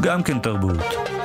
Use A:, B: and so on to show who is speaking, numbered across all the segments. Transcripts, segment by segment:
A: גם כן תרבות.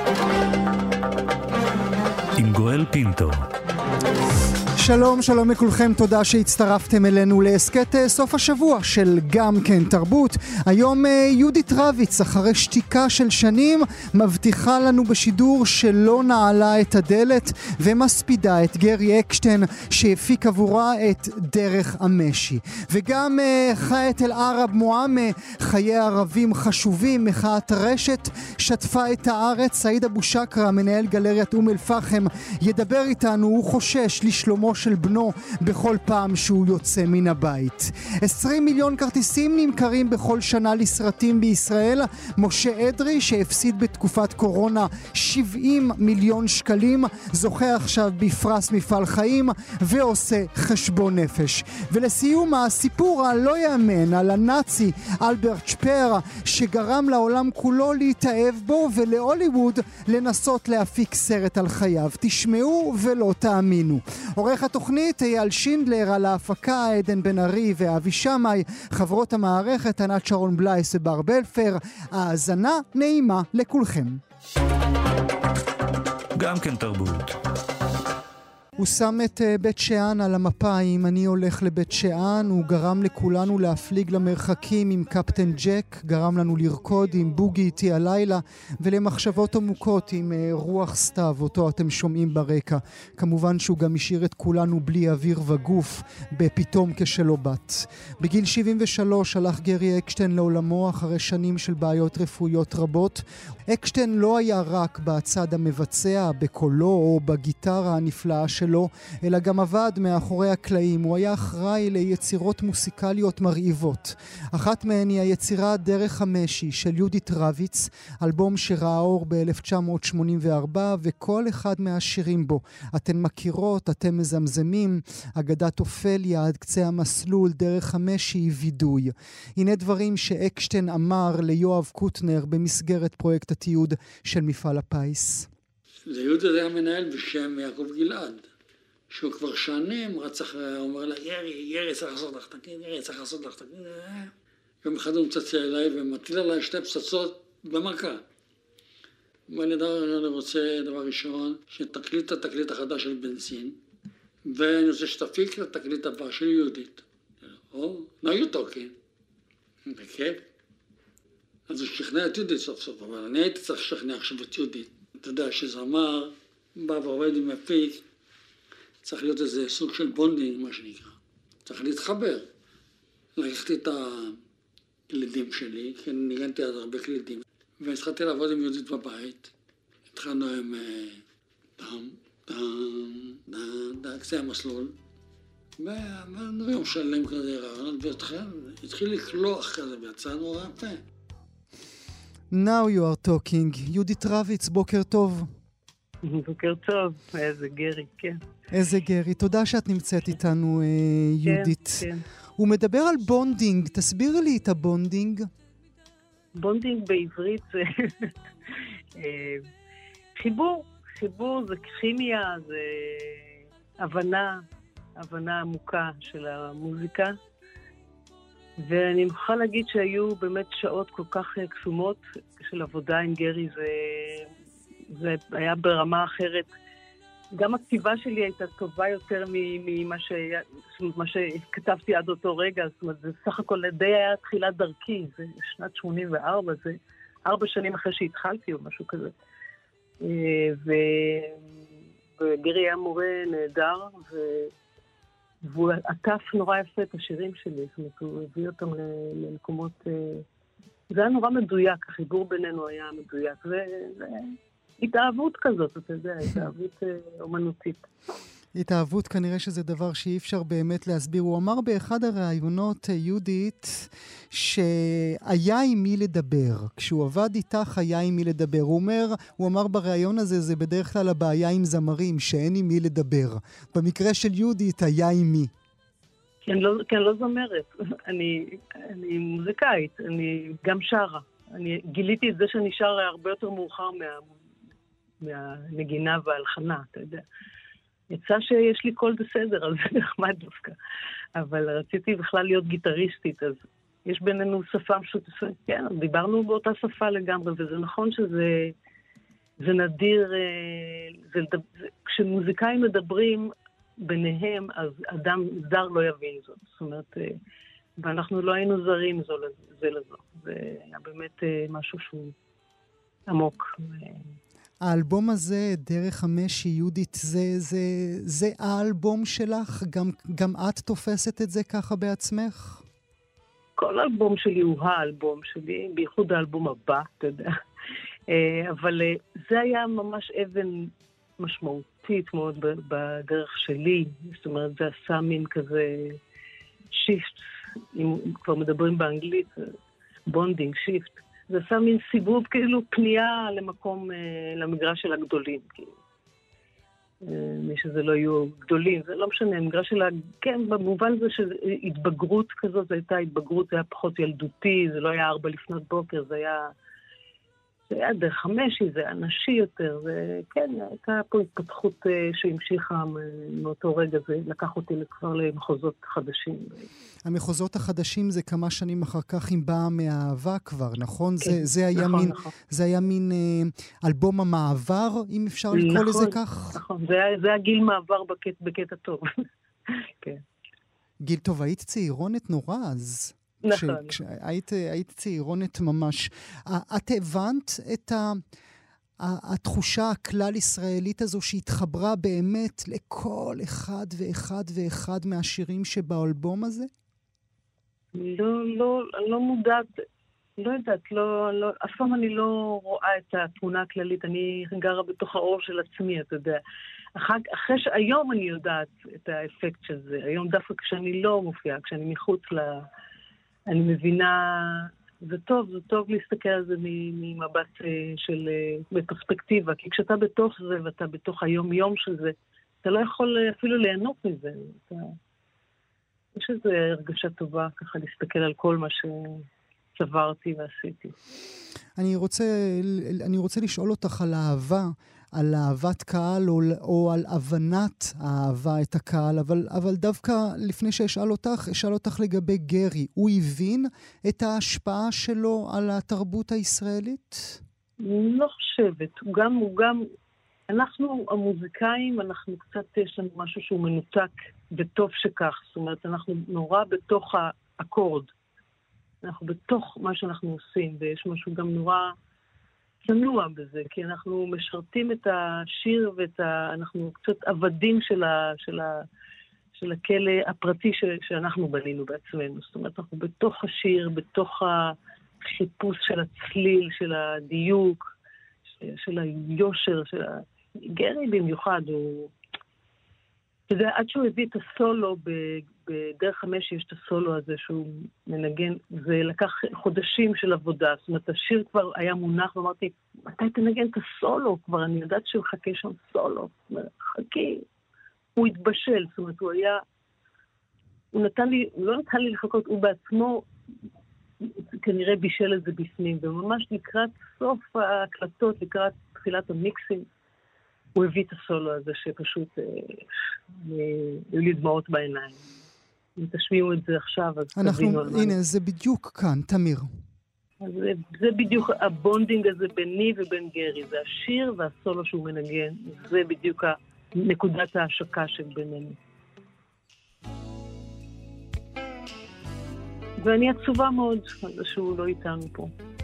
A: עם גואל פינטו.
B: שלום, שלום לכולכם, תודה שהצטרפתם אלינו לעסקת סוף השבוע של גם כן תרבות. היום יהודית רביץ, אחרי שתיקה של שנים, מבטיחה לנו בשידור שלא נעלה את הדלת ומספידה את גרי אקשטיין שהפיק עבורה את דרך המשי. וגם חיית אל ערב מועמה, חיי ערבים חשובים, מחאת רשת, שטפה את הארץ. סעיד אבו שקרה, מנהל גלריית אום אל פחם, ידבר איתנו, הוא חושש לשלומו של בנו בכל פעם שהוא יוצא מן הבית. 20 מיליון כרטיסים נמכרים בכל שנה לסרטים בישראל. משה אדרי, שהפסיד בתקופת קורונה 70 מיליון שקלים, זוכה עכשיו בפרס מפעל חיים ועושה חשבון נפש. ולסיום, הסיפור הלא יאמן על הנאצי אלברט שפר, שגרם לעולם כולו להתאהב בו ולהוליווד לנסות להפיק סרט על חייו. תשמעו ולא תאמינו. עורך התוכנית אייל שינדלר, על ההפקה עדן בן ארי ואבי שמאי, חברות המערכת ענת שרון בלייס ובר בלפר. האזנה נעימה לכולכם.
A: גם כן תרבות.
B: הוא שם את בית שאן על המפה. אם אני הולך לבית שאן, הוא גרם לכולנו להפליג למרחקים עם קפטן ג'ק, גרם לנו לרקוד עם בוגי איתי הלילה, ולמחשבות עמוקות עם רוח סתיו, אותו אתם שומעים ברקע. כמובן שהוא גם השאיר את כולנו בלי אוויר וגוף בפתאום כשלא בת. בגיל 73 הלך גרי אקשטיין לעולמו אחרי שנים של בעיות רפואיות רבות. אקשטיין לא היה רק בצד המבצע, בקולו או בגיטרה הנפלאה שלו, אלא גם עבד מאחורי הקלעים. הוא היה אחראי ליצירות מוסיקליות מרהיבות. אחת מהן היא היצירה דרך המשי של יהודית רביץ, אלבום שראה אור ב-1984, וכל אחד מהשירים בו אתן מכירות, אתם מזמזמים, אגדת אופליה, עד קצה המסלול, דרך המשי, וידוי. הנה דברים שאקשטיין אמר ליואב קוטנר במסגרת פרויקט התיעוד של מפעל הפיס.
C: ליהודה היה מנהל בשם יעקב גלעד, שהוא כבר שנים רצח, אומר לה, ירי, צריך לעשות לך תקין, ירי, צריך לעשות לך תקין. יום אחד הוא מצצה אליי ומטיל עליי 2 פצצות במכה. ואני רוצה דבר ראשון, שתקליט את התקליט החדש של בנזין, ואני רוצה שתפיק את התקליט הבא של יהודית. now you talking. בכיף. אז הוא שכנע את יהודית סוף סוף, אבל אני הייתי צריך לשכנע עכשיו את יהודית. אתה יודע שזמר, בא ועובד עם מפיק, צריך להיות איזה סוג של בונדינג, מה שנקרא. צריך להתחבר. לקחתי את הקלידים שלי, כי אני ניגנתי עד הרבה קלידים, והתחלתי לעבוד עם יהודית בבית. התחלנו עם קצה המסלול, ואמרנו יום שלם כזה רעיונות, והתחיל לקלוח כזה, ויצא נורא יפה.
B: Now you are talking. יהודית רביץ, בוקר טוב.
D: בוקר טוב, איזה גרי, כן.
B: איזה גרי, תודה שאת נמצאת איתנו, יהודית.
D: כן, כן.
B: הוא מדבר על בונדינג, תסביר לי את הבונדינג.
D: בונדינג בעברית זה חיבור זה כימיה, זה הבנה עמוקה של המוזיקה. ואני מוכרחה להגיד שהיו באמת שעות כל כך קסומות של עבודה עם גרי, זה היה ברמה אחרת. גם הכתיבה שלי הייתה טובה יותר ממה שכתבתי עד אותו רגע, זאת אומרת, זה סך הכל די היה תחילת דרכי, זה שנת 84, זה 4 שנים אחרי שהתחלתי או משהו כזה. וגרי היה מורה נהדר, והוא עטף נורא יפה את השירים שלי, זאת אומרת, הוא הביא אותם למקומות, זה היה נורא מדויק, החיבור בינינו היה מדויק, זה התאהבות כזאת, אתה יודע, התאהבות אומנותית.
B: התאהבות, כנראה שזה דבר שאי אפשר באמת להסביר. הוא אמר באחד הראיונות, יהודית, שהיה עם מי לדבר. כשהוא עבד איתך היה עם מי לדבר. הוא אמר בראיון הזה, זה בדרך כלל הבעיה עם זמרים, שאין עם מי לדבר. במקרה של יהודית היה עם מי.
D: כן, לא זמרת. אני מוזיקאית, אני גם שרה. אני גיליתי את זה שאני שרה הרבה יותר מאוחר מהנגינה וההלחנה, אתה יודע. יצא שיש לי קול בסדר, אז זה נחמד דווקא. אבל רציתי בכלל להיות גיטריסטית, אז יש בינינו שפה משותפת, כן, דיברנו באותה שפה לגמרי, וזה נכון שזה נדיר, כשמוזיקאים מדברים ביניהם, אז אדם זר לא יבין זאת. זאת אומרת, ואנחנו לא היינו זרים זה לזו. זה היה באמת משהו שהוא עמוק.
B: האלבום הזה, דרך המשי, יהודית, זה האלבום שלך? גם את תופסת את זה ככה בעצמך?
D: כל אלבום שלי הוא האלבום שלי, בייחוד האלבום הבא, אתה יודע. אבל זה היה ממש אבן משמעותית מאוד בדרך שלי. זאת אומרת, זה עשה מין כזה שיפט, אם כבר מדברים באנגלית, בונדינג, שיפט. זה עשה מין סיבוב, כאילו פנייה למקום, למגרש של הגדולים. כאילו. מי שזה לא יהיו גדולים, זה לא משנה, המגרש שלה, כן, במובן זה שהתבגרות כזאת, זה הייתה התבגרות, זה היה פחות ילדותי, זה לא היה 4 לפנות בוקר, זה היה דרך המשי, זה היה נשי יותר, וכן, הייתה פה התפתחות שהמשיכה מאותו רגע, זה לקח אותי כבר למחוזות חדשים.
B: המחוזות החדשים זה כמה שנים אחר כך אם באה מהאהבה כבר, נכון?
D: כן, נכון.
B: זה היה מין אלבום המעבר, אם אפשר לקרוא לזה כך?
D: נכון, זה היה גיל מעבר בקטע טוב. כן.
B: גיל טוב, היית צעירונת נורא אז.
D: נכון.
B: היית צעירונת ממש. את הבנת את התחושה הכלל ישראלית הזו שהתחברה באמת לכל אחד ואחד מהשירים שבאלבום הזה?
D: לא מודעת, לא יודעת, אף פעם אני לא רואה את התמונה הכללית, אני גרה בתוך האור של עצמי, אתה יודע. אחרי שהיום אני יודעת את האפקט של זה, היום דווקא כשאני לא מופיעה, כשאני מחוץ אני מבינה, זה טוב להסתכל על זה ממבט של, בפרספקטיבה, כי כשאתה בתוך זה ואתה בתוך היום-יום של זה, אתה לא יכול אפילו ליהנות מזה. יש איזו הרגשה טובה ככה להסתכל על כל מה שצברתי ועשיתי.
B: אני רוצה לשאול אותך על אהבה, על אהבת קהל או על הבנת האהבה את הקהל, אבל דווקא לפני שאשאל אותך לגבי גרי, הוא הבין את ההשפעה שלו על התרבות הישראלית?
D: לא חושבת, הוא גם אנחנו המוזיקאים, אנחנו קצת, יש לנו משהו שהוא מנותק וטוב שכך, זאת אומרת, אנחנו נורא בתוך האקורד, אנחנו בתוך מה שאנחנו עושים, ויש משהו גם נורא צנוע בזה, כי אנחנו משרתים את השיר אנחנו קצת עבדים של הכלא הפרטי שאנחנו בנינו בעצמנו. זאת אומרת, אנחנו בתוך השיר, בתוך החיפוש של הצליל, של הדיוק, של היושר, גרי במיוחד, אתה יודע, עד שהוא הביא את הסולו, בדרך המשי יש את הסולו הזה שהוא מנגן, זה לקח חודשים של עבודה, זאת אומרת, השיר כבר היה מונח, ואמרתי, מתי תנגן את הסולו? כבר אני יודעת שהוא חכה שם סולו, זאת אומרת, חכי, הוא התבשל, זאת אומרת, הוא לא נתן לי לחכות, הוא בעצמו כנראה בישל את זה בפנים, וממש לקראת סוף ההקלטות, לקראת תחילת המיקסים, הוא הביא את הסולו הזה שפשוט היו לי דמעות בעיניים. אם תשמיעו את זה עכשיו, אז תבינו על מה.
B: הנה, זה בדיוק כאן, תמיר.
D: זה בדיוק הבונדינג הזה ביני ובין גרי. זה השיר והסולו שהוא מנגן. זה בדיוק נקודת ההשקה של בינינו. ואני עצובה מאוד על זה שהוא לא איתנו פה.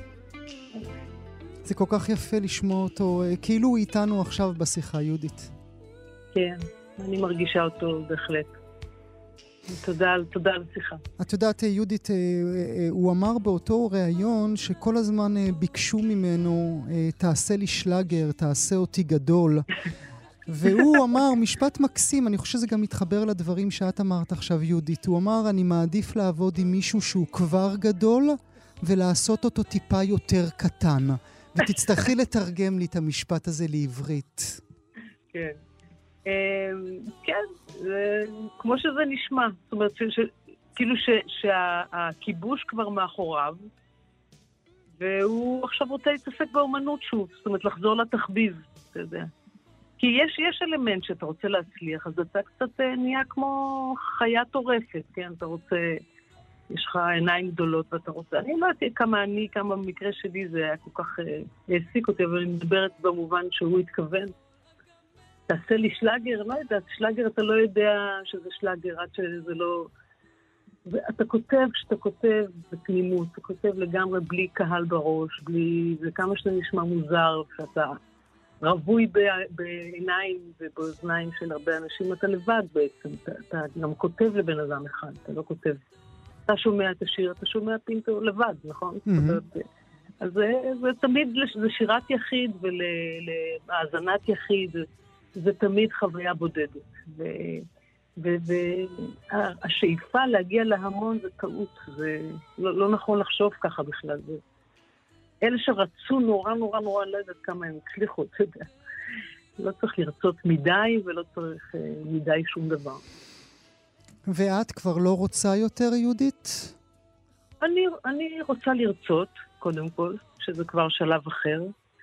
B: זה כל כך יפה לשמוע אותו, כאילו הוא איתנו עכשיו בשיחה, יהודית.
D: כן, אני מרגישה אותו בהחלט. תודה על השיחה.
B: את יודעת, יהודית, הוא אמר באותו ראיון שכל הזמן ביקשו ממנו, תעשה לי שלאגר, תעשה אותי גדול. והוא אמר, משפט מקסים, אני חושב שזה גם מתחבר לדברים שאת אמרת עכשיו, יהודית. הוא אמר, אני מעדיף לעבוד עם מישהו שהוא כבר גדול, ולעשות אותו טיפה יותר קטן. ותצטרכי לתרגם לי את המשפט הזה לעברית.
D: כן. כן, כמו שזה נשמע. זאת אומרת, כאילו שהכיבוש כבר מאחוריו, והוא עכשיו רוצה להתעסק באומנות שוב. זאת אומרת, לחזור לתחביב, אתה יודע. כי יש אלמנט שאתה רוצה להצליח, אז אתה קצת נהיה כמו חיה טורפת, כן? אתה רוצה יש לך עיניים גדולות ואתה רוצה, אני לא יודעת כמה במקרה שלי זה היה כל כך העסיק אותי, אבל אני מדברת במובן שהוא התכוון. תעשה לי שלאגר, לא יודעת, שלאגר אתה לא יודע שזה שלאגר, עד שזה לא... ואתה כותב, כשאתה כותב בתמימות, אתה כותב לגמרי בלי קהל בראש, בלי... וכמה שאתה נשמע מוזר, שאתה רבוי בעיניים ובאוזניים של הרבה אנשים, אתה לבד בעצם, אתה גם כותב לבן אדם אחד, אתה לא כותב... אתה שומע את השיר, אתה שומע פינטו לבד, נכון? אז זה תמיד, זה שירת יחיד ולהאזנת יחיד, זה תמיד חוויה בודדת. והשאיפה להגיע להמון זה טעות, זה לא נכון לחשוב ככה בכלל. אלה שרצו נורא, לא יודעת כמה הם הצליחו, אתה יודע. לא צריך לרצות מדי ולא צריך מדי שום דבר.
B: ואת כבר לא רוצה יותר, יהודית?
D: אני רוצה לרצות, קודם כל, שזה כבר שלב אחר.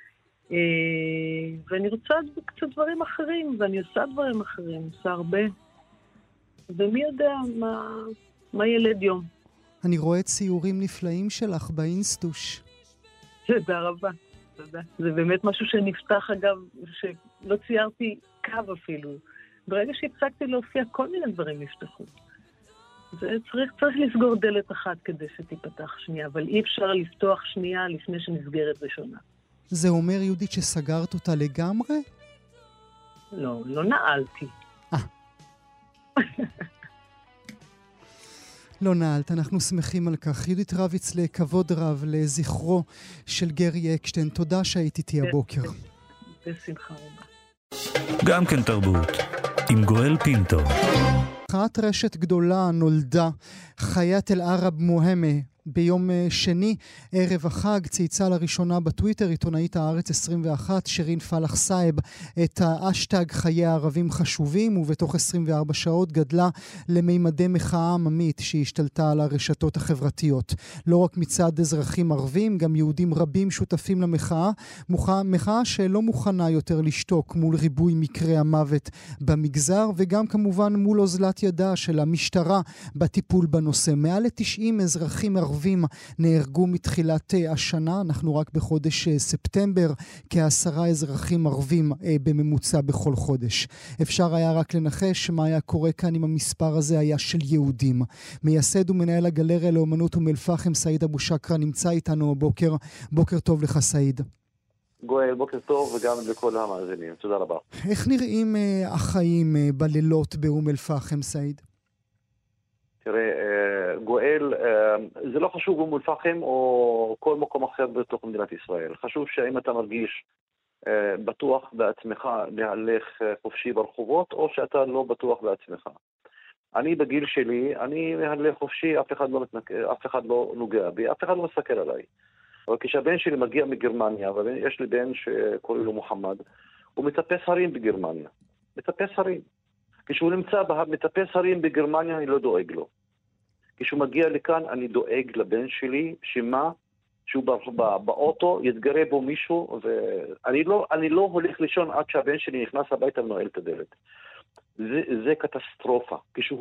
D: ואני רוצה קצת דברים אחרים, ואני עושה דברים אחרים, עושה הרבה. ומי יודע מה ילד יום.
B: אני רואה ציורים נפלאים שלך באינסטוש.
D: תודה רבה, תודה. זה באמת משהו שנפתח, אגב, שלא ציירתי קו אפילו. ברגע שהפסקתי להופיע, כל מיני דברים נפתחו. צריך לסגור דלת אחת כדי שתיפתח שנייה, אבל אי אפשר לפתוח שנייה לפני שנסגרת ראשונה.
B: זה אומר, יהודית, שסגרת אותה לגמרי?
D: לא נעלתי.
B: לא נעלת, אנחנו שמחים על כך. יהודית רביץ, לכבוד רב לזכרו של גרי אקשטיין. תודה שהיית איתי הבוקר.
D: בשמחה רבה.
A: גם כן תרבות, עם גואל פינטו.
B: מחאת רשת גדולה נולדה, חיית אל ערב מוהמה. ביום שני, ערב החג, צייצה לראשונה בטוויטר עיתונאית הארץ 21, שירין פלח סייב, את האשטג חיי הערבים חשובים, ובתוך 24 שעות גדלה למימדי מחאה עממית שהשתלטה על הרשתות החברתיות. לא רק מצד אזרחים ערבים, גם יהודים רבים שותפים למחאה, מחאה שלא מוכנה יותר לשתוק מול ריבוי מקרי המוות במגזר, וגם כמובן מול אוזלת ידה של המשטרה בטיפול בנושא. מעל ל-90 אזרחים ערבים נהרגו מתחילת השנה, אנחנו רק בחודש ספטמבר, כ10 אזרחים ערבים בממוצע בכל חודש. אפשר היה רק לנחש מה היה קורה כאן אם המספר הזה היה של יהודים. מייסד ומנהל הגלריה לאומנות אום אל-פחם, סעיד אבו שקרה, נמצא איתנו הבוקר. בוקר טוב לך, סעיד.
E: גואל, בוקר טוב, וגם לכל המאזינים. תודה רבה.
B: איך נראים החיים בלילות באום אל-פחם, סעיד?
E: תראה, גואל, זה לא חשוב אום אל-פחם או כל מקום אחר בתוך מדינת ישראל. חשוב שאם אתה מרגיש בטוח בעצמך להלך חופשי ברחובות, או שאתה לא בטוח בעצמך. אני בגיל שלי, אני מהלך חופשי, אף אחד לא נוגע בי, אף אחד לא מסתכל עליי. אבל כשהבן שלי מגיע מגרמניה, ויש לי בן שקוראים לו מוחמד, הוא מטפס הרים בגרמניה. מטפס הרים. כשהוא נמצא מטפס הרים בגרמניה, אני לא דואג לו. כשהוא מגיע לכאן, אני דואג לבן שלי, שהוא באוטו, יתגרה בו מישהו, ואני לא הולך לישון עד שהבן שלי נכנס הביתה ונועל את הדלת. זה קטסטרופה.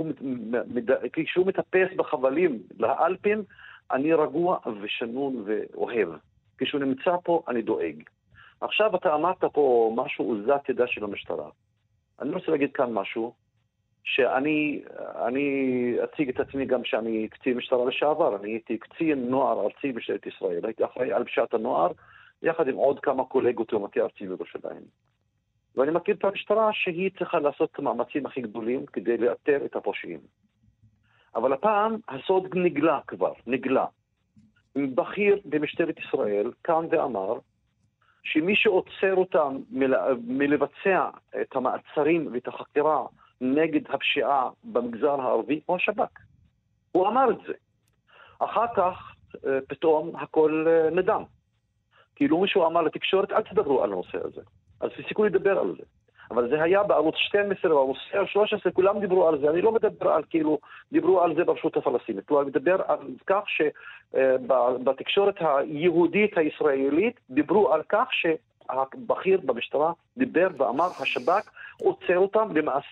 E: כשהוא מטפס בחבלים לאלפים, אני רגוע ושנון ואוהב. כשהוא נמצא פה, אני דואג. עכשיו אתה אמרת פה משהו עוזת ידה של המשטרה. אני רוצה להגיד כאן משהו, שאני אציג את עצמי גם שאני קצין משטרה לשעבר. אני הייתי קצין נוער ארצי בשטרת ישראל. הייתי אחראי על פשיעת הנוער, יחד עם עוד כמה קולגות במטה ארצי בירושלים. ואני מכיר את המשטרה שהיא צריכה לעשות את המאמצים הכי גדולים כדי לאתר את הפושעים. אבל הפעם הסוד נגלה. בכיר במשטרת ישראל קם ואמר, שמי שעוצר אותם מלבצע את המעצרים ואת החקירה נגד הפשיעה במגזר הערבי הוא השב"כ. הוא אמר את זה. אחר כך פתאום הכל נדם. כאילו מישהו אמר לתקשורת, אל תדברו על הנושא הזה. אז תפסיקו לדבר על זה. אבל זה היה בערוץ 12 ובערוץ 13, כולם דיברו על זה. אני לא מדבר על כאילו, דיברו על זה ברשות הפלסטינית. אני מדבר על כך שבתקשורת היהודית הישראלית דיברו על כך שהבכיר במשטרה דיבר ואמר, השב"כ עוצר אותם, למעשה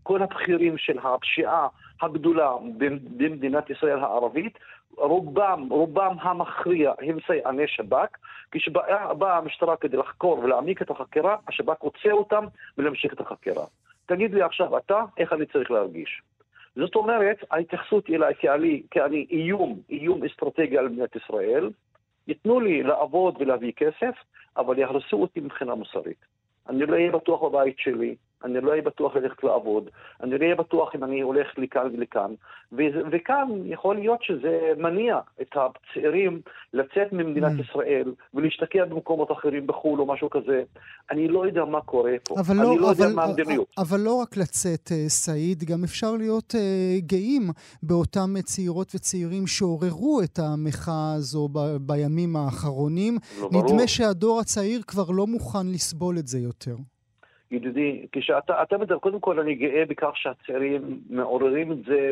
E: כל הבכירים של הפשיעה הגדולה במדינת ישראל הערבית, רובם המכריע הם סייעני שב"כ. כשבאה המשטרה כדי לחקור ולהעמיק את החקירה, השב"כ עוצר אותם ולהמשיך את החקירה. תגיד לי עכשיו אתה, איך אני צריך להרגיש? זאת אומרת, ההתייחסות אליי כאני איום אסטרטגי על מדינת ישראל, ייתנו לי לעבוד ולהביא כסף, אבל יהרסו אותי מבחינה מוסרית. אני לא אהיה בטוח בבית שלי, אני לא אהיה בטוח ללכת לעבוד, אני לא אהיה בטוח אם אני הולך לכאן ולכאן, וכאן יכול להיות שזה מניע את הצעירים לצאת ממדינת ישראל ולהשתקע במקומות אחרים בחול או משהו כזה. אני לא יודע מה קורה פה, אני לא יודע מה המדיניות.
B: אבל לא רק לצאת, סעיד, גם אפשר להיות גאים באותם צעירות וצעירים שעוררו את המחאה הזו בימים האחרונים. נדמה שהדור הצעיר כבר לא מוכן לסבול את זה יותר.
E: ידידי, כשאתה מדבר, קודם כל אני גאה בכך שהצעירים מעוררים את זה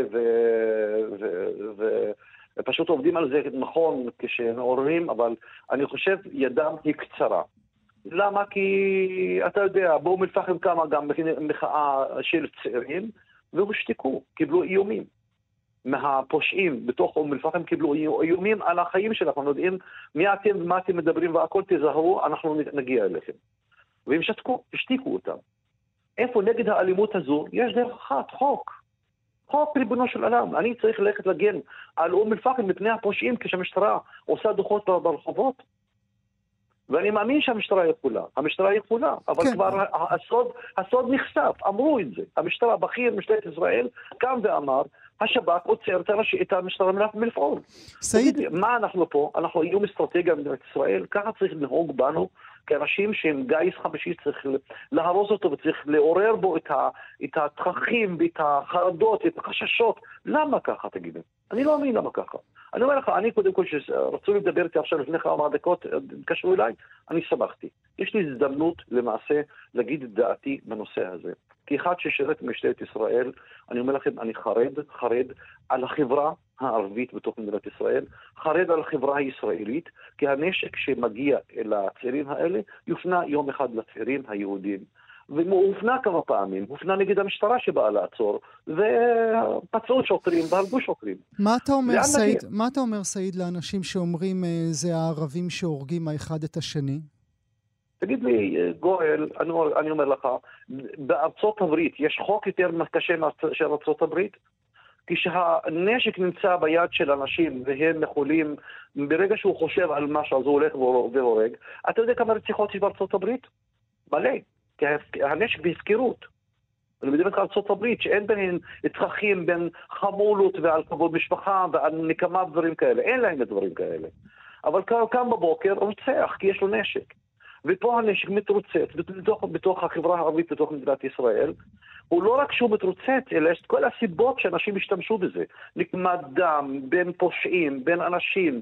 E: ופשוט עובדים על זה נכון כשמעוררים, אבל אני חושב ידם היא קצרה. למה? כי אתה יודע, באום אל-פחם קמה גם מחאה של צעירים והושתקו, קיבלו איומים. מהפושעים בתוך אום אל-פחם קיבלו איומים על החיים שלנו, אנחנו יודעים מי אתם ומה אתם מדברים והכל תזהו, אנחנו נגיע אליכם. והם השתיקו אותם. איפה נגד האלימות הזו? יש דרך אחת, חוק ריבונו של עולם. אני צריך ללכת לגן על אום אל-פחם מפני הפושעים כשהמשטרה עושה דוחות ברחובות. ואני מאמין שהמשטרה יכולה, אבל כן. כבר הסוד נחשף, אמרו את זה. המשטרה הבכיר, משטרת ישראל, קם ואמר, השב"כ עוצר את המשטרה מלפעול. סעיד, מה אנחנו פה? אנחנו איום אסטרטגיה במדינת ישראל, ככה צריך לנהוג בנו, כאנשים שהם גיס חמישי, צריך להרוס אותו וצריך לעורר בו את התככים ואת החרדות, את החששות. למה ככה, תגידו? אני לא מאמין למה ככה. אני אומר לך, אני קודם כל שרצו לדבר איתי עכשיו לפני כמה דקות, קשרו אליי, אני שמחתי. יש לי הזדמנות למעשה להגיד את דעתי בנושא הזה. כי אחד ששירת במשטרת ישראל, אני אומר לכם, אני חרד על החברה הערבית בתוך מדינת ישראל, חרד על החברה הישראלית, כי הנשק שמגיע אל הצעירים האלה יופנה יום אחד לצעירים היהודים. והוא הופנה כמה פעמים, הופנה נגד המשטרה שבאה לעצור, ופצעו שוטרים והרגו שוטרים.
B: מה אתה אומר, סעיד, לאנשים שאומרים זה הערבים שהורגים האחד את השני?
E: תגיד לי, גואל, אני אומר לך, בארצות הברית יש חוק יותר קשה של ארצות הברית? כשהנשק נמצא ביד של אנשים והם יכולים, ברגע שהוא חושב על משהו, אז הוא הולך והורג. אתה יודע כמה רציחות יש בארצות הברית? מלא. כי הנשק בהפקרות. אני מדבר על ארצות הברית, שאין ביניהם צרכים בין חמולות ועל כבוד משפחה ועל נקמה ודברים כאלה. אין להם דברים כאלה. אבל קם בבוקר רוצח, כי יש לו נשק. ופה הנשק מתרוצץ בתוך החברה הערבית, בתוך מדינת ישראל. הוא לא רק שהוא מתרוצץ, אלא יש כל הסיבות שאנשים השתמשו בזה. נקמת דם, בין פושעים, בין אנשים,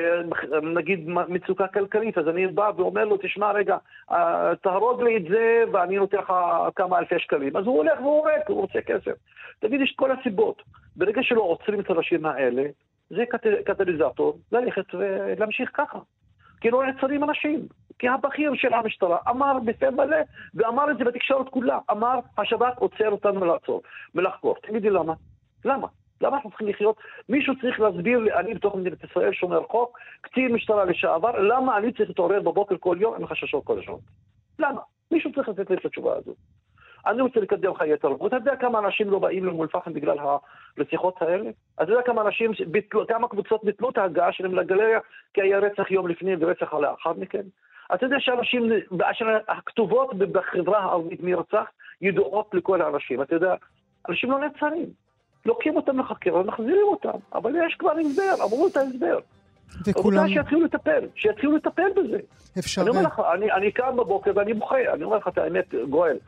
E: נגיד מצוקה כלכלית. אז אני בא ואומר לו, תשמע רגע, תהרוג לי את זה ואני נותן לך כמה אלפי שקלים. אז הוא הולך והורג, הוא רוצה כסף. תגיד, יש כל הסיבות. ברגע שלא עוצרים את האנשים האלה, זה קטליזטור ללכת ולהמשיך ככה. כי לא נעצרים אנשים. כי הבכיר של המשטרה אמר בפה מלא, ואמר את זה בתקשורת כולה. אמר, השב"כ עוצר אותנו לעצור, ולחקור. תגידי למה? למה? למה אנחנו צריכים לחיות? מישהו צריך להסביר לי, אני בתוך מדינת ישראל שומר חוק, קצין משטרה לשעבר, למה אני צריך להתעורר בבוקר כל יום עם חששות כל השעות? למה? מישהו צריך לתת לי את התשובה הזו. אני רוצה לקדם חיי תרבות. אתה יודע כמה אנשים לא באים לאום אל-פחם בגלל הרציחות האלה? אתה יודע כמה קבוצות ביטלו את ההגעה שלהם לגלריה, כי היה רצח יום לפני ורצח לאחר מכן? אתה יודע שאנשים, הכתובות בחברה הערבית מרצח, ידועות לכל האנשים. אתה יודע, אנשים לא נעצרים. לוקחים אותם לחקירה ומחזירים אותם. אבל יש כבר הסבר, אמרו את ההסבר. וכולם... שיתחילו לטפל בזה. אפשר... אני אומר לך, אני קם בבוקר ואני בוכה. אני אומר לך את האמת, גואל.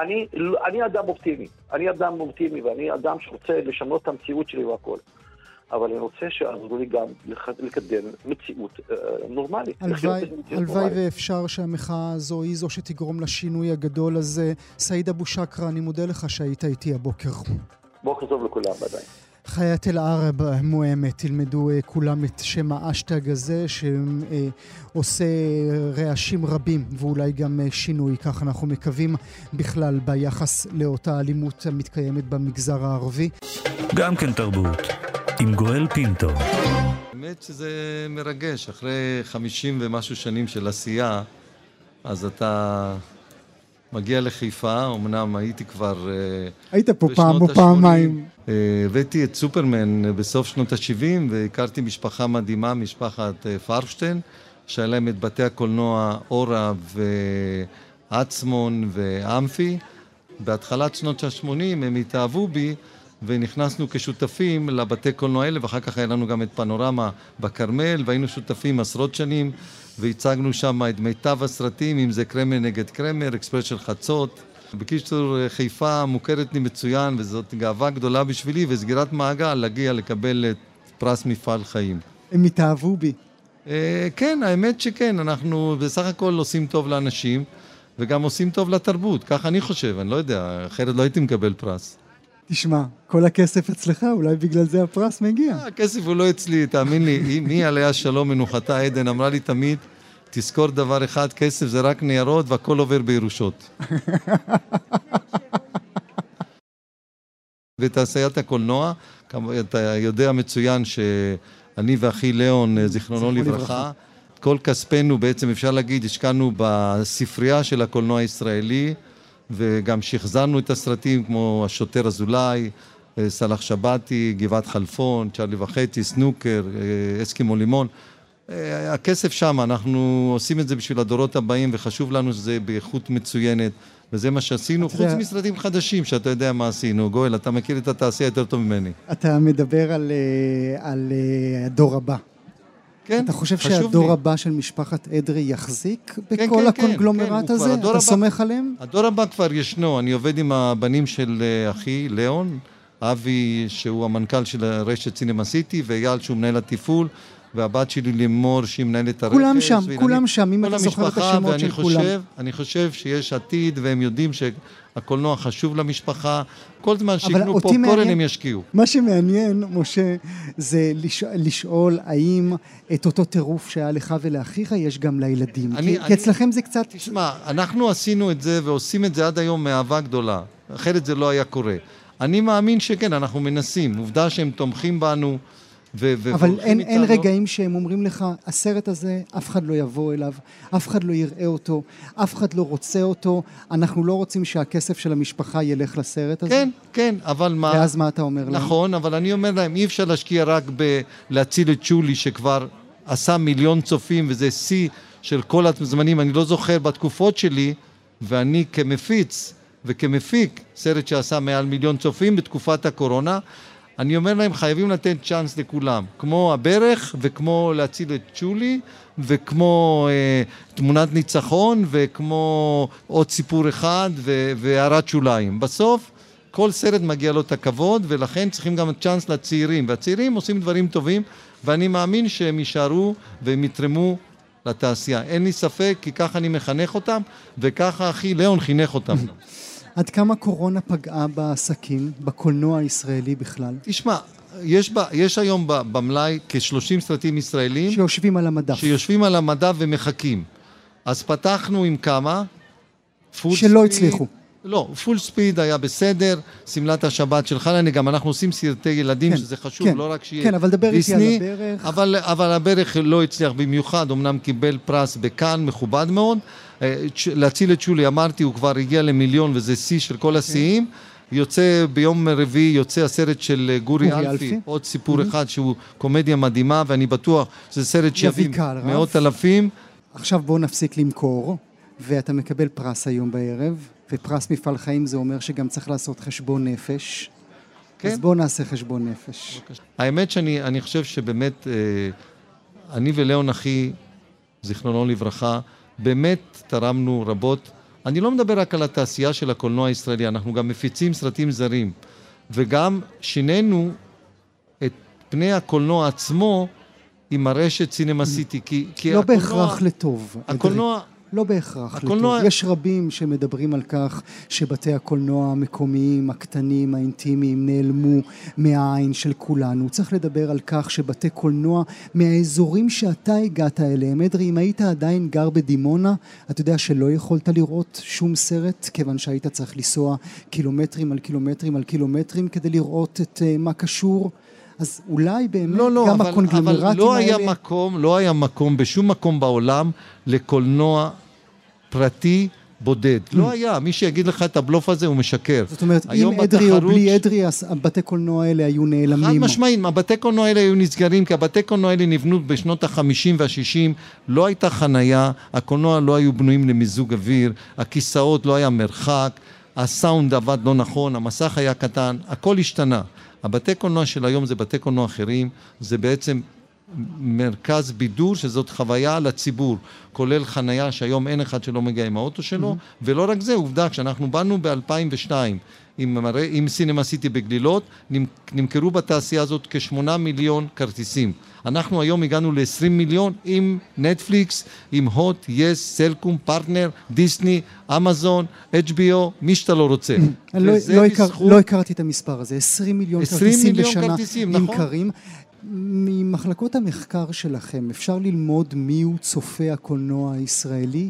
E: אני אדם אופטימי. ואני אדם שרוצה לשנות את המציאות שלי והכל. אבל אני רוצה שיעזרו לי גם לקדם מציאות נורמלית.
B: הלוואי ואפשר שהמחאה הזו היא זו שתגרום לשינוי הגדול הזה. סעיד אבו שקרה, אני מודה לך שהיית איתי הבוקר.
E: בוקר טוב לכולם, בוודאי.
B: חיית אל-ערב מואמת, תלמדו כולם את שם האשטג הזה שעושה רעשים רבים ואולי גם שינוי, כך אנחנו מקווים בכלל ביחס לאותה אלימות המתקיימת במגזר הערבי.
A: גם כן תרבות, עם גואל פינטו.
F: האמת שזה מרגש, אחרי 50 ומשהו שנים של עשייה, אז אתה מגיע לחיפה, אמנם הייתי כבר
B: היית פה פעם או פעמיים.
F: הבאתי את סופרמן בסוף שנות ה-70, והכרתי משפחה מדהימה, משפחת פרשטיין, שהיה להם את בתי הקולנוע אורה ועצמון ואמפי. בהתחלת שנות ה-80 הם התאהבו בי, ונכנסנו כשותפים לבתי קולנוע האלה, ואחר כך היה לנו גם את פנורמה בקרמל, והיינו שותפים עשרות שנים, והצגנו שם את מיטב הסרטים, אם זה קרמר נגד קרמר, אקספרס של חצות. בקיצור, חיפה מוכרת לי מצוין, וזאת גאווה גדולה בשבילי, וסגירת מעגל להגיע לקבל את פרס מפעל חיים.
B: הם התאהבו בי.
F: כן, האמת שכן, אנחנו בסך הכל עושים טוב לאנשים, וגם עושים טוב לתרבות, כך אני חושב, אני לא יודע, אחרת לא הייתי מקבל פרס.
B: תשמע, כל הכסף אצלך, אולי בגלל זה הפרס מגיע.
F: הכסף הוא לא אצלי, תאמין לי, מי עליה שלום מנוחתה עדן אמרה לי תמיד, תזכור דבר אחד, כסף זה רק ניירות והכל עובר בירושות. ותעשיית הקולנוע, אתה יודע מצוין שאני ואחי ליאון, זיכרונו לברכה, כל כספנו בעצם אפשר להגיד, השקענו בספרייה של הקולנוע הישראלי, וגם שחזרנו את הסרטים כמו השוטר אזולאי, סלח שבתי, גבעת חלפון, צ'רלי וחצי, סנוקר, אסקימו לימון. הכסף שם, אנחנו עושים את זה בשביל הדורות הבאים, וחשוב לנו שזה באיכות מצוינת, וזה מה שעשינו, חוץ מסרטים חדשים, שאתה יודע מה עשינו. גואל, אתה מכיר את התעשייה יותר טוב ממני.
B: אתה מדבר על הדור הבא.
F: כן,
B: אתה חושב שהדור הבא של משפחת אדרי יחזיק בכל הקונגלומרט הזה? אתה סומך עליהם?
F: הדור הבא כבר ישנו, אני עובד עם הבנים של אחי, ליאון, אבי שהוא המנכ"ל של רשת סינמה סיטי, ואייל שהוא מנהל התפעול, והבת שלי לימור שהיא מנהלת הרכש.
B: כולם שם, אם אתה זוכר את השמות של כולם.
F: אני חושב שיש עתיד, והם יודעים שהקולנוע חשוב למשפחה, כל זמן שיקנו פופקורן הם ישקיעו.
B: מה שמעניין, משה, זה לשאול האם את אותו טירוף שהיה לך ולאחיך יש גם לילדים. כי אצלכם זה קצת...
F: תשמע, אנחנו עשינו את זה ועושים את זה עד היום מאהבה גדולה. אחרת זה לא היה קורה. אני מאמין שכן, אנחנו מנסים. עובדה שהם תומכים בנו.
B: אבל אין רגעים שהם אומרים לך, הסרט הזה, אף אחד לא יבוא אליו, אף אחד לא יראה אותו, אף אחד לא רוצה אותו, אנחנו לא רוצים שהכסף של המשפחה ילך לסרט הזה?
F: כן, כן, אבל מה...
B: ואז מה אתה אומר להם?
F: נכון, אבל אני אומר להם, אי אפשר להשקיע רק להציל את שולי, שכבר עשה 1,000,000 צופים, וזה שיא של כל הזמנים, אני לא זוכר בתקופות שלי, ואני כמפיץ וכמפיק, סרט שעשה מעל 1,000,000 צופים בתקופת הקורונה, אני אומר להם, חייבים לתת צ'אנס לכולם, כמו הברך, וכמו להציל את שולי, וכמו תמונת ניצחון, וכמו עוד סיפור אחד, והערת שוליים. בסוף, כל סרט מגיע לו את הכבוד, ולכן צריכים גם צ'אנס לצעירים, והצעירים עושים דברים טובים, ואני מאמין שהם יישארו והם יתרמו לתעשייה. אין לי ספק, כי ככה אני מחנך אותם, וככה אחי ליאון חינך אותם.
B: עד כמה קורונה פגעה בעסקים, בקולנוע הישראלי בכלל?
F: תשמע, יש היום במלאי כ-30 סרטים ישראלים
B: שיושבים על המדף.
F: שיושבים על המדף ומחכים. אז פתחנו עם כמה?
B: שלא הצליחו.
F: לא, פול ספיד היה בסדר, סמלת השבת של חלני, גם אנחנו עושים סרטי ילדים, כן, שזה חשוב, כן, לא רק שיהיה
B: כן, אבל דבר
F: דיסני,
B: איתי על הברך.
F: אבל הברך לא הצליח במיוחד, אמנם קיבל פרס בכאן, מכובד מאוד. להציל את שולי, אמרתי, הוא כבר הגיע ל1,000,000, וזה שיא של כל השיאים. יוצא ביום רביעי, יוצא הסרט של גורי אלפי, עוד סיפור אחד שהוא קומדיה מדהימה, ואני בטוח שזה סרט שיביא מאות אלפים.
B: עכשיו בואו נפסיק למכור, ואתה מקבל פרס היום בערב, ופרס מפעל חיים זה אומר שגם צריך לעשות חשבון נפש. כן? אז בואו נעשה חשבון נפש.
F: האמת שאני חושב שבאמת, אני וליאון אחי, זיכרונו לברכה, באמת תרמנו רבות. אני לא מדבר רק על התעשייה של הקולנוע הישראלי, אנחנו גם מפיצים סרטים זרים, וגם שינינו את פני הקולנוע עצמו עם הרשת סינמה סיטי, כי
B: לא בהכרח לטוב.
F: הקולנוע...
B: לא בהכרח.
F: הקולנוע...
B: יש רבים שמדברים על כך שבתי הקולנוע המקומיים, הקטנים, האינטימיים, נעלמו מהעין של כולנו. צריך לדבר על כך שבתי קולנוע מהאזורים שאתה הגעת אליהם, אדרי, אם היית עדיין גר בדימונה, אתה יודע שלא יכולת לראות שום סרט, כיוון שהיית צריך לנסוע קילומטרים על קילומטרים על קילומטרים כדי לראות את מה קשור. אז אולי באמת גם הקונגלומרטים האלה...
F: לא היה מקום בשום מקום בעולם לקולנוע פרטי בודד. לא היה. מי שיגיד לך את הבלוף הזה הוא משקר.
B: זאת אומרת, אם אדרי או בלי אדרי, הבתי קולנוע האלה היו נעלמים.
F: חד משמעית, הבתי קולנוע האלה היו נסגרים, כי הבתי קולנוע האלה נבנו בשנות ה-50 וה-60, לא הייתה חנייה, הקולנוע לא היו בנויים למיזוג אוויר, הכיסאות לא היה מרחק, הסאונד עבד לא נכון, המסך היה קטן, הכל השתנה. הבתי קולנוע של היום זה בתי קולנוע אחרים, זה בעצם מרכז בידור שזאת חוויה לציבור, כולל חנייה שהיום אין אחד שלא מגיע עם האוטו שלו, ולא רק זה, עובדה, כשאנחנו באנו ב-2002 עם סינמה סיטי בגלילות, נמכרו בתעשייה הזאת כ8 מיליון כרטיסים. אנחנו היום הגענו ל20 מיליון עם נטפליקס, עם הוט, יס, סלקום, פרטנר, דיסני, אמזון, HBO, מי שאתה לא רוצה.
B: לא הכרתי את המספר הזה, 20 מיליון כרטיסים בשנה נמכרים. ממחלקות המחקר שלכם, אפשר ללמוד מיהו צופה הקולנוע הישראלי?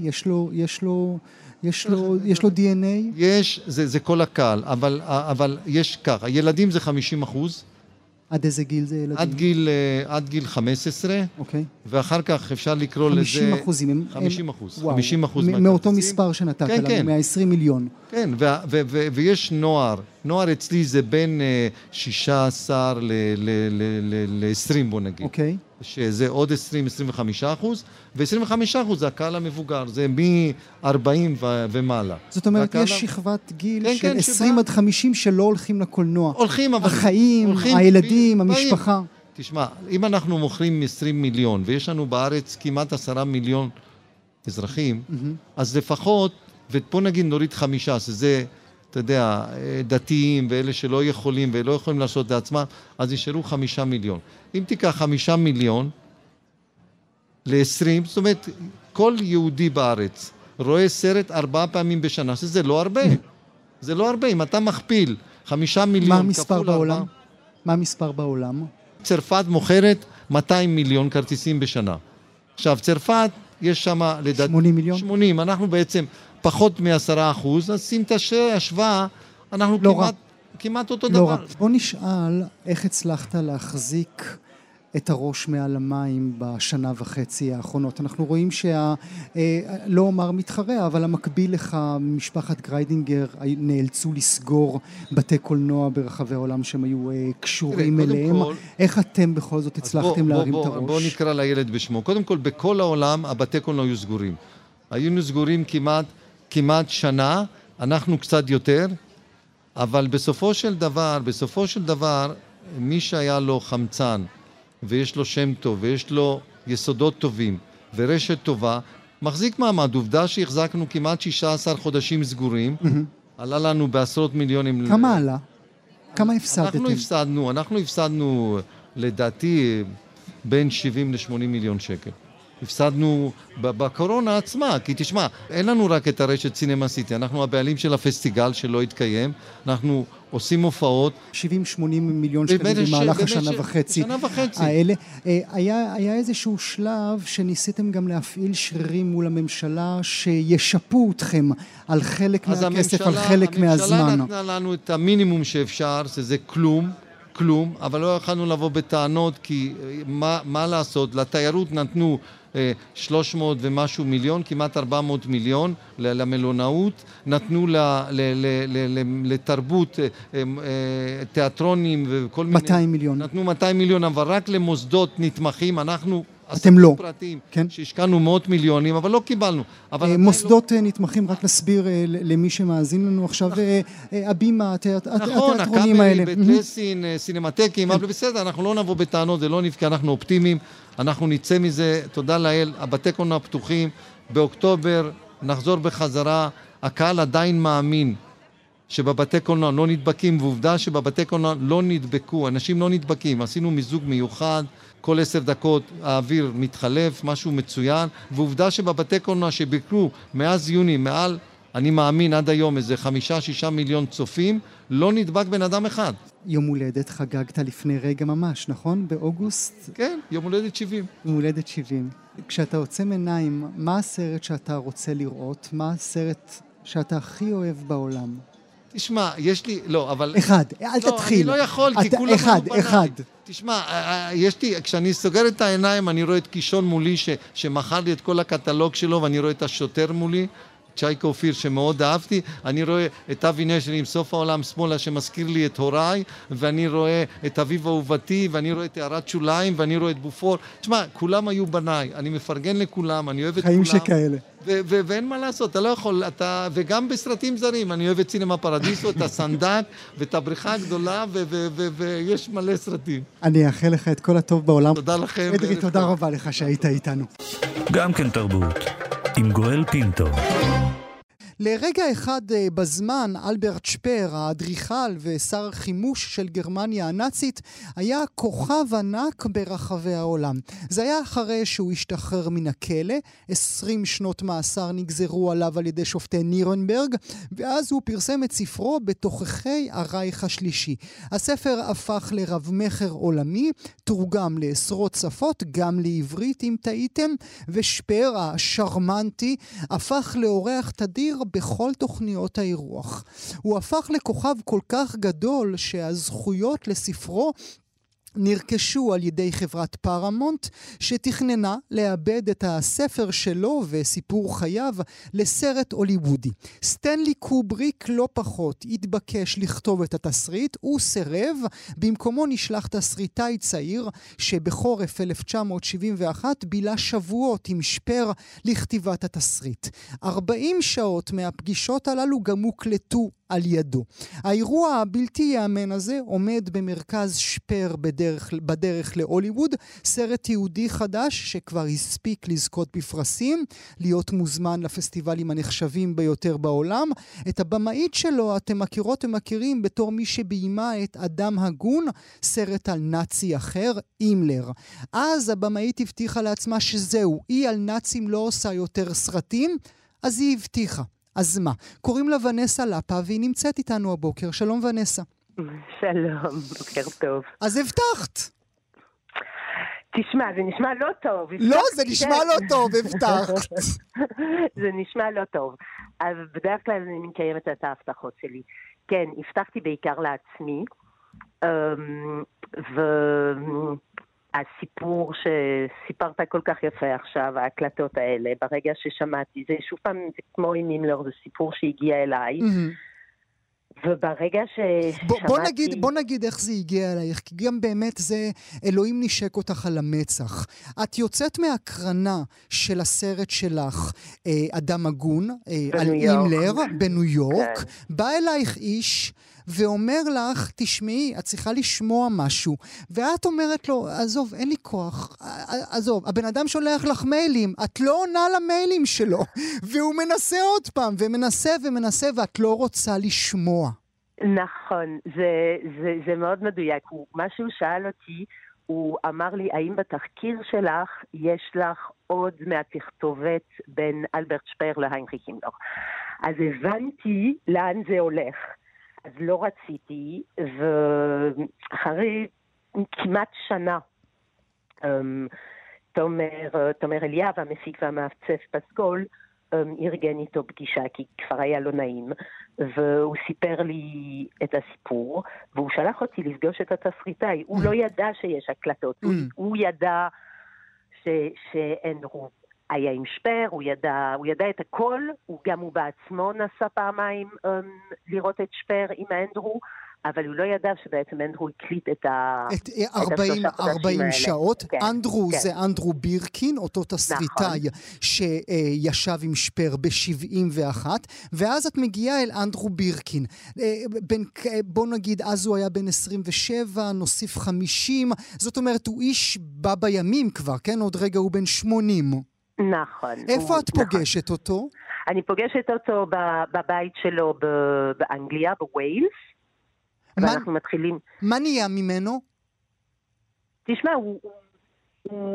B: יש לו DNA?
F: יש, זה כל הקהל, אבל יש כך, הילדים זה 50%.
B: עד איזה גיל זה ילדים?
F: עד גיל 15.
B: אוקיי.
F: ואחר כך אפשר לקרוא לזה... 50%. 50%.
B: מאותו מספר שנתת לנו, 120 מיליון.
F: כן, ויש נוער אצלי זה בין 16 ל-20 בוא נגיד.
B: אוקיי.
F: שזה עוד 20-25%, ו-25% זה הקהל המבוגר, זה מ-40 ומעלה.
B: זאת אומרת, יש שכבת גיל של 20 עד 50 שלא הולכים לקולנוע.
F: הולכים, אבל...
B: החיים, הילדים, המשפחה.
F: תשמע, אם אנחנו מוכרים 20 מיליון, ויש לנו בארץ כמעט 10 מיליון אזרחים, אז לפחות, ופה נגיד נוריד 5, שזה... אתה יודע, דתיים ואלה שלא יכולים ולא יכולים לעשות את עצמם, אז ישארו 5 מיליון. אם תיקח 5 מיליון ל-20, זאת אומרת, כל יהודי בארץ רואה סרט 4 פעמים בשנה, שזה לא הרבה. זה לא הרבה. אם אתה מכפיל 5 מיליון כפול 4...
B: מה המספר בעולם?
F: צרפת מוכרת 200 מיליון כרטיסים בשנה. עכשיו, צרפת, יש שם לדעת...
B: 80 מיליון?
F: 80. אנחנו בעצם... פחות מ10%, אז שים את השוואה, אנחנו כמעט אותו דבר.
B: לא רע. בוא נשאל איך הצלחת להחזיק את הראש מעל המים בשנה וחצי האחרונות. אנחנו רואים לא אומר מתחרה, אבל המקביל לך, משפחת גריידינגר, נאלצו לסגור בתי קולנוע ברחבי העולם שהם היו קשורים אליהם. איך אתם בכל זאת הצלחתם להרים את הראש?
F: בוא נקרא לילד בשמו. קודם כל, בכל העולם הבתי קולנוע היו סגורים. היינו סגורים כמעט שנה, אנחנו קצת יותר, אבל בסופו של דבר, מי שהיה לו חמצן, ויש לו שם טוב, ויש לו יסודות טובים, ורשת טובה, מחזיק מעמד. עובדה שהחזקנו כמעט 16 חודשים סגורים, עלה לנו בעשרות מיליונים.
B: כמה עלה? כמה הפסדתם?
F: אנחנו הפסדנו, לדעתי, בין 70 ל-80 מיליון שקל. הפסדנו בקורונה עצמה, כי תשמע, אין לנו רק את הרשת סינמה סיטי, אנחנו הבעלים של הפסטיגל שלא התקיים, אנחנו עושים הופעות. 70-80
B: מיליון שקלים במהלך השנה וחצי האלה. היה איזשהו שלב שניסיתם גם להפעיל שרירים מול הממשלה שישפו אתכם על חלק מהכסף, על חלק מהזמן.
F: הממשלה נתנה לנו את המינימום שאפשר, שזה כלום, אבל לא יכולנו לבוא בטענות, כי מה לעשות? לתיירות נתנו 300 ומשהו מיליון, כמעט 400 מיליון למלונאות, נתנו לתרבות, תיאטרונים וכל מיני...
B: 200 מיליון.
F: נתנו 200 מיליון, אבל רק למוסדות נתמכים, אנחנו...
B: אתם לא.
F: פרטיים, כן? שהשקענו מאות מיליונים, אבל לא קיבלנו.
B: מוסדות נתמכים, רק להסביר למי שמאזין לנו עכשיו, הבימה, התיאטרונים האלה.
F: נכון, הקאמרי, בית לסין, סינמטקים, אבל בסדר, אנחנו לא נבוא בטענות, זה לא נפקע, אנחנו אופטימיים, אנחנו נצא מזה, תודה לאל, הבתי קולנוע פתוחים, באוקטובר נחזור בחזרה, הקהל עדיין מאמין שבבתי קולנוע לא נדבקים, ועובדה שבבתי קולנוע לא נדבקו, אנשים לא נדבקים, עשינו מיזוג מיוחד, כל 10 דקות האוויר מתחלף, משהו מצוין, ועובדה שבבתי קולנוע שביקרו מאז יוני, מעל, אני מאמין עד היום, איזה 5-6 מיליון צופים, לא נדבק בן אדם אחד.
B: יום הולדת חגגת לפני רגע ממש, נכון? באוגוסט?
F: כן, יום הולדת 70.
B: יום הולדת 70. כשאתה עוצם עיניים, מה הסרט שאתה רוצה לראות? מה הסרט שאתה הכי אוהב בעולם?
F: תשמע, יש לי, לא, אבל...
B: אחד, אל תתחיל.
F: אני לא יכול, כי כולם...
B: אחד.
F: תשמע, יש לי, כשאני סוגר את העיניים, אני רואה את קישון מולי, שמכר לי את כל הקטלוג שלו, ואני רואה את השוטר מולי, צ'ייקה אופיר שמאוד אהבתי, אני רואה את אבי נשר עם סוף העולם שמאלה שמזכיר לי את הוריי, ואני רואה את אביב אהובתי, ואני רואה את הערת שוליים, ואני רואה את בופור. תשמע, כולם היו בניי, אני מפרגן לכולם, אני אוהב את כולם.
B: חיים שכאלה.
F: ואין מה לעשות, אתה לא יכול, וגם בסרטים זרים, אני אוהב את סינמה פרדיסו, את הסנדק, ואת הבריכה הגדולה, ויש מלא סרטים.
B: אני אאחל לך את כל הטוב בעולם.
F: תודה לכם.
B: אדרי, תודה רבה לך שהיית איתנו.
A: גם כן תרבות, עם גואל פינטו.
B: לרגע אחד בזמן, אלברט שפר, האדריכל ושר החימוש של גרמניה הנאצית, היה כוכב ענק ברחבי העולם. זה היה אחרי שהוא השתחרר מן הכלא, 20 שנות מאסר נגזרו עליו על ידי שופטי נירנברג, ואז הוא פרסם את ספרו בתוככי הרייך השלישי. הספר הפך לרב מחר עולמי, תורגם לעשרות שפות, גם לעברית אם טעיתם, ושפר השרמנטי הפך לאורח תדיר בכל תוכניות האירוח. הוא הפך לכוכב כל כך גדול שהזכויות לספרו נרכשו על ידי חברת פרמונט, שתכננה לאבד את הספר שלו וסיפור חייו לסרט הוליוודי. סטנלי קובריק לא פחות התבקש לכתוב את התסריט, הוא סירב, במקומו נשלח תסריטאי צעיר שבחורף 1971 בילה שבועות עם שפר לכתיבת התסריט. 40 שעות מהפגישות הללו גם הוקלטו על ידו. האירוע הבלתי יאמן הזה עומד במרכז שפר בדרך להוליווד, סרט יהודי חדש שכבר הספיק לזכות בפרסים, להיות מוזמן לפסטיבלים הנחשבים ביותר בעולם. את הבמאית שלו אתם מכירות ומכירים בתור מי שביימה את אדם הגון, סרט על נאצי אחר, הימלר. אז הבמאית הבטיחה לעצמה שזהו, היא על נאצים לא עושה יותר סרטים, אז היא הבטיחה. אז מה? קוראים לה ונסה לפה והיא נמצאת איתנו הבוקר. שלום ונסה.
G: שלום, בוקר טוב.
B: אז הבטחת.
G: תשמע, זה נשמע לא טוב.
B: לא, זה נשמע לא טוב, הבטחת.
G: זה נשמע לא טוב. אז בדרך כלל אני מקיימת את ההבטחות שלי. כן, הבטחתי בעיקר לעצמי, הסיפור שסיפרת כל כך יפה עכשיו, ההקלטות האלה, ברגע ששמעתי, זה שוב פעם, זה כמו עם הימלר, זה סיפור שהגיע אליי, וברגע ששמעתי...
B: בוא נגיד איך זה הגיע אלייך, כי גם באמת זה, אלוהים נשק אותך על המצח. את יוצאת מהקרנה של הסרט שלך, אדם הגון, על הימלר, בניו יורק, בא אלייך איש, ואומר לך, תשמעי, את צריכה לשמוע משהו, ואת אומרת לו, עזוב, אין לי כוח, עזוב, הבן אדם שולח לך מיילים, את לא עונה למיילים שלו, והוא מנסה עוד פעם, ומנסה, ואת לא רוצה לשמוע.
G: נכון, זה מאוד מדויק. מה שהוא שאל אותי, הוא אמר לי, האם בתחקיר שלך יש לך עוד מהתכתובת בין אלברט שפר להיינריך הימלר? אז הבנתי לאן זה הולך. אז לא רציתי, ואחרי כמעט שנה, תומר אליאב, המפיק והמעצב פסקול, ארגן איתו פגישה, כי כבר היה לא נעים, והוא סיפר לי את הסיפור, והוא שלח אותי לפגוש את התסריטאי. הוא לא ידע שיש הקלטות, הוא ידע שאנדרו היה עם שפר, הוא ידע את הכל, הוא בעצמו נסע פעמיים לראות את שפר עם אנדרו, אבל הוא לא ידע שבעצם אנדרו הקליט את
B: 40 שעות.
G: כן,
B: אנדרו
G: כן.
B: זה אנדרו בירקין, אותו תסריטאי שישב עם שפר ב-71, ואז את מגיעה אל אנדרו בירקין. בוא נגיד, אז הוא היה בן 27, נוסיף 50, זאת אומרת, הוא איש בא בימים כבר, כן? עוד רגע הוא בן 80.
G: נכון.
B: איפה את פוגשת אותו?
G: אני פוגשת אותו בבית שלו באנגליה, בווילס. ואנחנו מתחילים...
B: מה נהיה ממנו?
G: תשמע,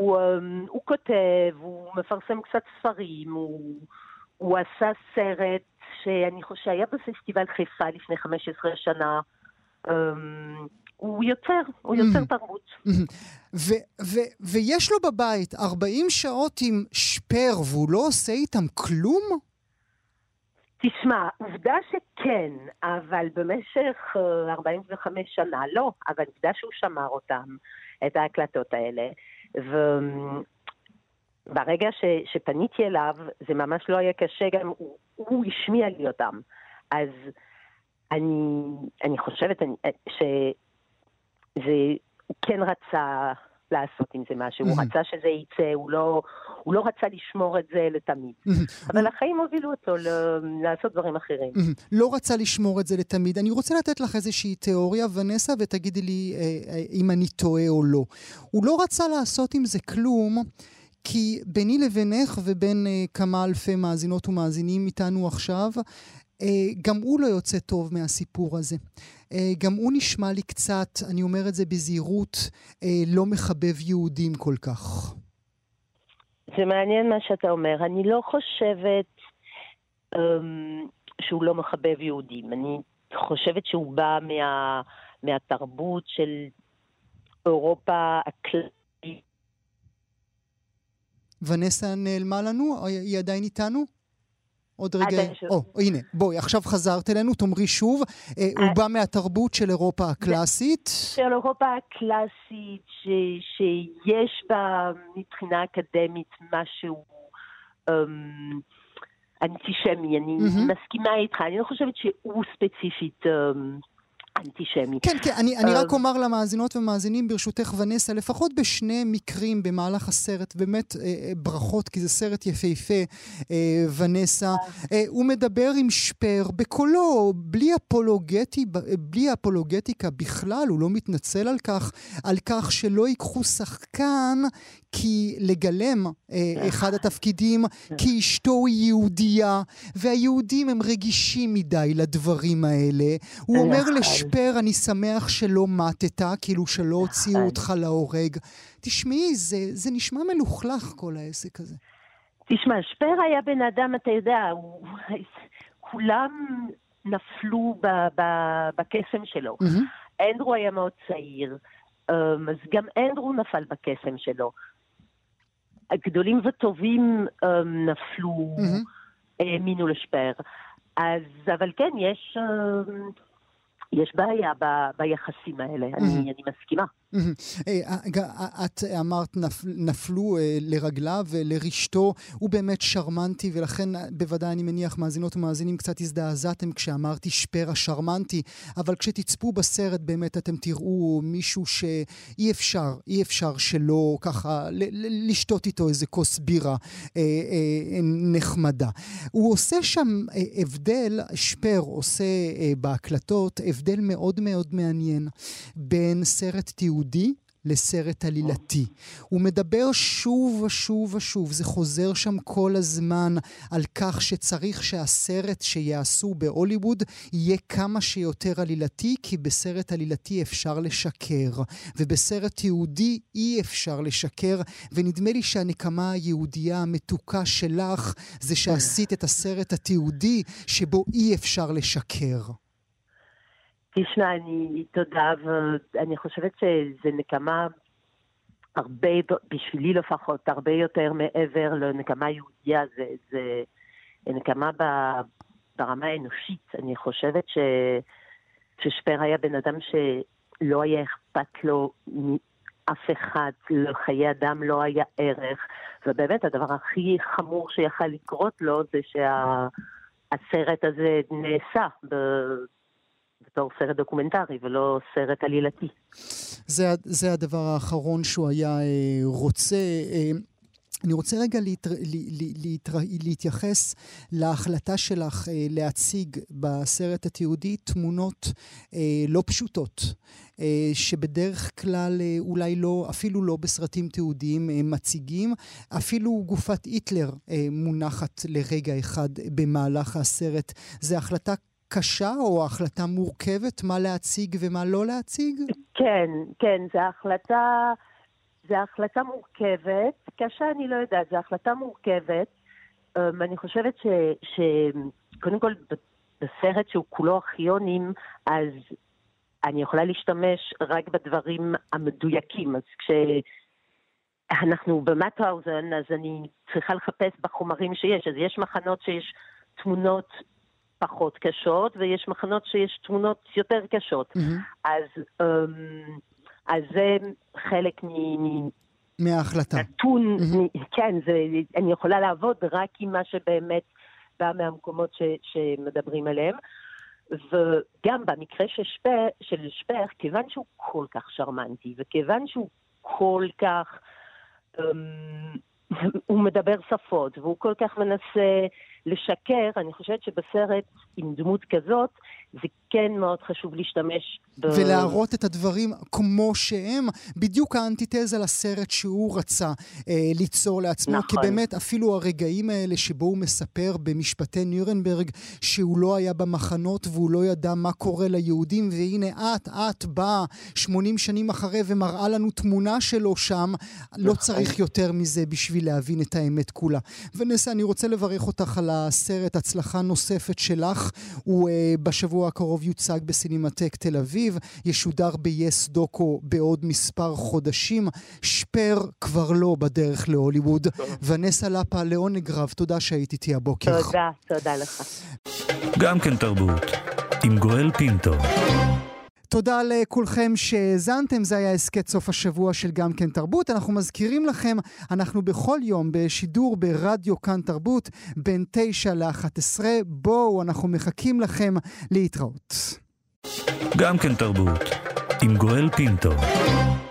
G: הוא כותב, הוא מפרסם קצת ספרים, הוא עשה סרט שאני חושב שהיה בפסטיבל חיפה לפני 15 שנה. הוא יוצר תרבות.
B: ויש לו בבית 40 שעות עם שפר, והוא לא עושה איתם כלום?
G: תשמע, עובדה שכן, אבל במשך 45 שנה לא, אבל עובדה שהוא שמר אותם, את ההקלטות האלה, וברגע שפניתי אליו, זה ממש לא היה קשה, גם הוא השמיע לי אותם. אז אני חושבת שזה, הוא כן רצה לעשות עם זה משהו, הוא רצה שזה ייצא, הוא לא רצה לשמור את זה לתמיד. אבל החיים הובילו אותו לעשות דברים אחרים.
B: לא רצה לשמור את זה לתמיד. אני רוצה לתת לך איזושהי תיאוריה, ונסה, ותגידי לי אם אני טועה או לא. הוא לא רצה לעשות עם זה כלום, כי ביני לבינך ובין כמה אלפי מאזינות ומאזינים איתנו עכשיו, גם הוא לא יוצא טוב מהסיפור הזה. גם הוא נשמע לי קצת, אני אומר את זה בזהירות, לא מחבב יהודים כל כך.
G: זה מעניין מה שאתה אומר. אני לא חושבת שהוא לא מחבב יהודים. אני חושבת שהוא בא מהתרבות של אירופה הכללית.
B: ונסה נעלמה לנו? היא עדיין איתנו? עוד רגע, הנה, בואי, עכשיו חזרת אלינו, תאמרי שוב, הוא בא מהתרבות של אירופה הקלאסית.
G: של אירופה הקלאסית, שיש בה מבחינה אקדמית משהו אנטישמי, אני מסכימה איתך, אני לא חושבת שהוא ספציפית אנטישמי.
B: כן, כן, אני רק אומר למאזינות ומאזינים ברשותך ונסה, לפחות בשני מקרים במהלך הסרט, באמת ברכות, כי זה סרט יפהפה, ונסה, הוא מדבר עם שפר בקולו, בלי אפולוגטיקה בכלל, הוא לא מתנצל על כך שלא ייקחו שחקן, כי לגלם אחד התפקידים, כי אשתו היא יהודייה, והיהודים הם רגישים מדי לדברים האלה. הוא אומר לשפר, אני שמח שלא מתת, כאילו שלא הוציאו אותך להורג. תשמעי, זה נשמע מלוכלך כל העסק הזה.
G: תשמע, שפר היה בן אדם, אתה יודע, כולם נפלו בקסם שלו. אנדרו היה מאוד צעיר, אז גם אנדרו נפל בקסם שלו. הגדולים וטובים נפלו, האמינו לשפר. אבל כן, יש בעיה ביחסים האלה, אני מסכימה.
B: את אמרת נפלו לרגליו ולרשתו, הוא באמת שרמנטי, ולכן בוודאי אני מניח מאזינות ומאזינים קצת הזדעזעתם כשאמרתי שפר השרמנטי, אבל כשתצפו בסרט באמת אתם תראו מישהו שאי אפשר שלא ככה לשתות איתו איזה כוס בירה נחמדה. הוא עושה שם הבדל, שפר עושה בהקלטות הבדל מאוד מאוד מעניין בין סרט תיעודי לסרט עלילתי. הוא מדבר שוב ושוב ושוב, זה חוזר שם כל הזמן על כך שצריך שהסרט שיעשו בהוליווד יהיה כמה שיותר עלילתי, כי בסרט עלילתי אפשר לשקר, ובסרט יהודי אי אפשר לשקר, ונדמה לי שהנקמה היהודייה המתוקה שלך זה שעשית את הסרט התיעודי שבו אי אפשר לשקר.
G: תשמע, תודה, ואני חושבת שזה נקמה הרבה, בשבילי לפחות, הרבה יותר מעבר לנקמה יהודיה, זה נקמה ברמה האנושית. אני חושבת ששפר היה בן אדם שלא היה אכפת לו מאף אחד, לחיי אדם לא היה ערך, ובאמת הדבר הכי חמור שיכל לקרות לו זה שהסרט הזה נעשה בתור סרט דוקומנטרי ולא סרט עלילתי.
B: זה הדבר האחרון שהוא היה רוצה. אני רוצה רגע להתייחס להחלטה שלך להציג בסרט התיעודי תמונות לא פשוטות, שבדרך כלל אולי לא, אפילו לא בסרטים תיעודיים מציגים, אפילו גופת היטלר מונחת לרגע אחד במהלך הסרט. זה החלטה קשה או החלטה מורכבת מה להציג ומה לא להציג?
G: כן, זו זו החלטה מורכבת, קשה אני לא יודעת, זו החלטה מורכבת. אני חושבת שקודם כל בסרט שהוא כולו ארכיונים, אז אני יכולה להשתמש רק בדברים המדויקים. אז כשאנחנו במאטהאוזן, אז אני צריכה לחפש בחומרים שיש. אז יש מחנות שיש תמונות פחות קשות, ויש מחנות שיש תמונות יותר קשות. אז זה חלק
B: מההחלטה.
G: נתון, כן, אני יכולה לעבוד רק עם מה שבאמת בא מהמקומות שמדברים עליהם. וגם במקרה של שפך, כיוון שהוא כל כך שרמנטי, וכיוון שהוא כל כך, הוא מדבר שפות, והוא כל כך מנסה לשקר, אני חושבת שבסרט עם דמות כזאת, זה כן מאוד חשוב להשתמש
B: ולהראות את הדברים כמו שהם, בדיוק האנטיתזה לסרט שהוא רצה ליצור לעצמו,
G: נכון.
B: כי באמת אפילו הרגעים האלה שבו הוא מספר במשפטי נירנברג שהוא לא היה במחנות והוא לא ידע מה קורה ליהודים, והנה את באה 80 שנים אחרי ומראה לנו תמונה שלו שם, לא צריך יותר מזה בשביל להבין את האמת כולה. ונסה, אני רוצה לברך אותך על הסרט, הצלחה נוספת שלך, הוא בשבוע הקרוב יוצג בסינמטק תל אביב, ישודר ביס דוקו בעוד מספר חודשים, שפר כבר לא בדרך להוליווד. ונסה לפה, לעונג רב, תודה שהיית איתי הבוקר.
G: תודה לך.
A: גם כן תרבות, עם גואל פינטו.
B: תודה לכולכם שהזנתם, זה היה הסקט סוף השבוע של גם כן תרבות. אנחנו מזכירים לכם, אנחנו בכל יום בשידור ברדיו כאן תרבות, בין 9 ל-11, בואו, אנחנו מחכים לכם להתראות.
A: גם כן תרבות, עם גואל פינטו.